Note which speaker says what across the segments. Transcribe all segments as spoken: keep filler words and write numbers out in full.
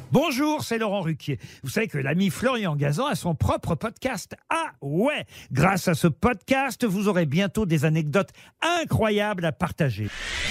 Speaker 1: Bonjour, c'est Laurent Ruquier. Vous savez que l'ami Florian Gazan a son propre podcast. Ah ouais! Grâce à ce podcast, vous aurez bientôt des anecdotes incroyables à partager.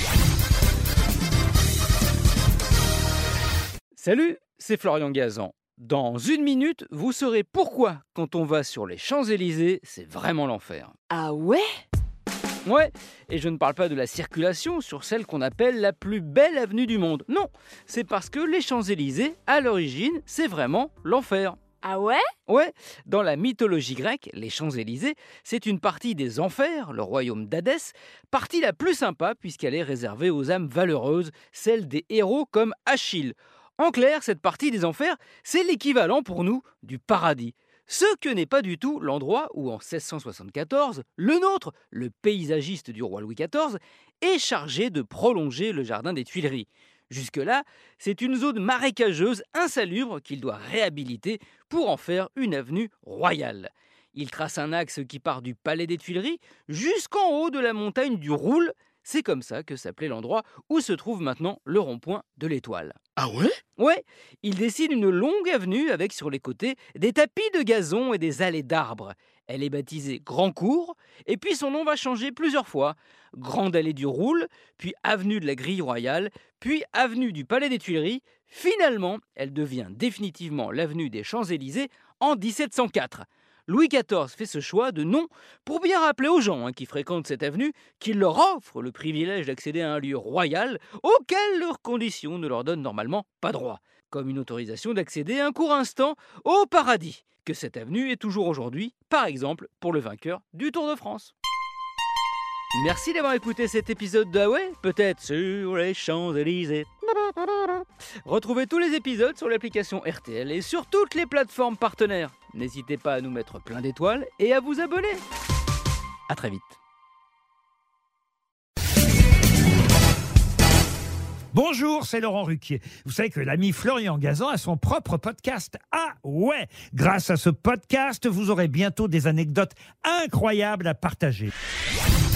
Speaker 2: Salut, c'est Florian Gazan. Dans une minute, vous saurez pourquoi, quand on va sur les Champs-Élysées, c'est vraiment l'enfer.
Speaker 3: Ah ouais?
Speaker 2: Ouais, et je ne parle pas de la circulation sur celle qu'on appelle la plus belle avenue du monde. Non, c'est parce que les Champs-Élysées, à l'origine, c'est vraiment l'enfer.
Speaker 3: Ah ouais?
Speaker 2: Ouais, dans la mythologie grecque, les Champs-Élysées, c'est une partie des enfers, le royaume d'Hadès, partie la plus sympa puisqu'elle est réservée aux âmes valeureuses, celle des héros comme Achille. En clair, cette partie des enfers, c'est l'équivalent pour nous du paradis. Ce que n'est pas du tout l'endroit où, en seize cent soixante-quatorze, le nôtre, le paysagiste du roi Louis quatorze, est chargé de prolonger le jardin des Tuileries. Jusque-là, c'est une zone marécageuse insalubre qu'il doit réhabiliter pour en faire une avenue royale. Il trace un axe qui part du palais des Tuileries jusqu'en haut de la montagne du Roule. C'est comme ça que s'appelait l'endroit où se trouve maintenant le rond-point de l'Étoile.
Speaker 4: Ah ouais?
Speaker 2: Ouais, il dessine une longue avenue avec sur les côtés des tapis de gazon et des allées d'arbres. Elle est baptisée Grand Cours, et puis son nom va changer plusieurs fois. Grande allée du Roule, puis avenue de la Grille Royale, puis avenue du Palais des Tuileries. Finalement, elle devient définitivement l'avenue des Champs-Élysées en dix-sept cent quatre. Louis quatorze fait ce choix de nom pour bien rappeler aux gens hein, qui fréquentent cette avenue qu'il leur offre le privilège d'accéder à un lieu royal auquel leurs conditions ne leur donnent normalement pas droit, comme une autorisation d'accéder un court instant au paradis, que cette avenue est toujours aujourd'hui, par exemple pour le vainqueur du Tour de France. Merci d'avoir écouté cet épisode de Ah ouais, peut-être sur les Champs-Élysées. Retrouvez tous les épisodes sur l'application R T L et sur toutes les plateformes partenaires. N'hésitez pas à nous mettre plein d'étoiles et à vous abonner. À très vite.
Speaker 1: Bonjour, c'est Laurent Ruquier. Vous savez que l'ami Florian Gazan a son propre podcast. Ah ouais! Grâce à ce podcast, vous aurez bientôt des anecdotes incroyables à partager.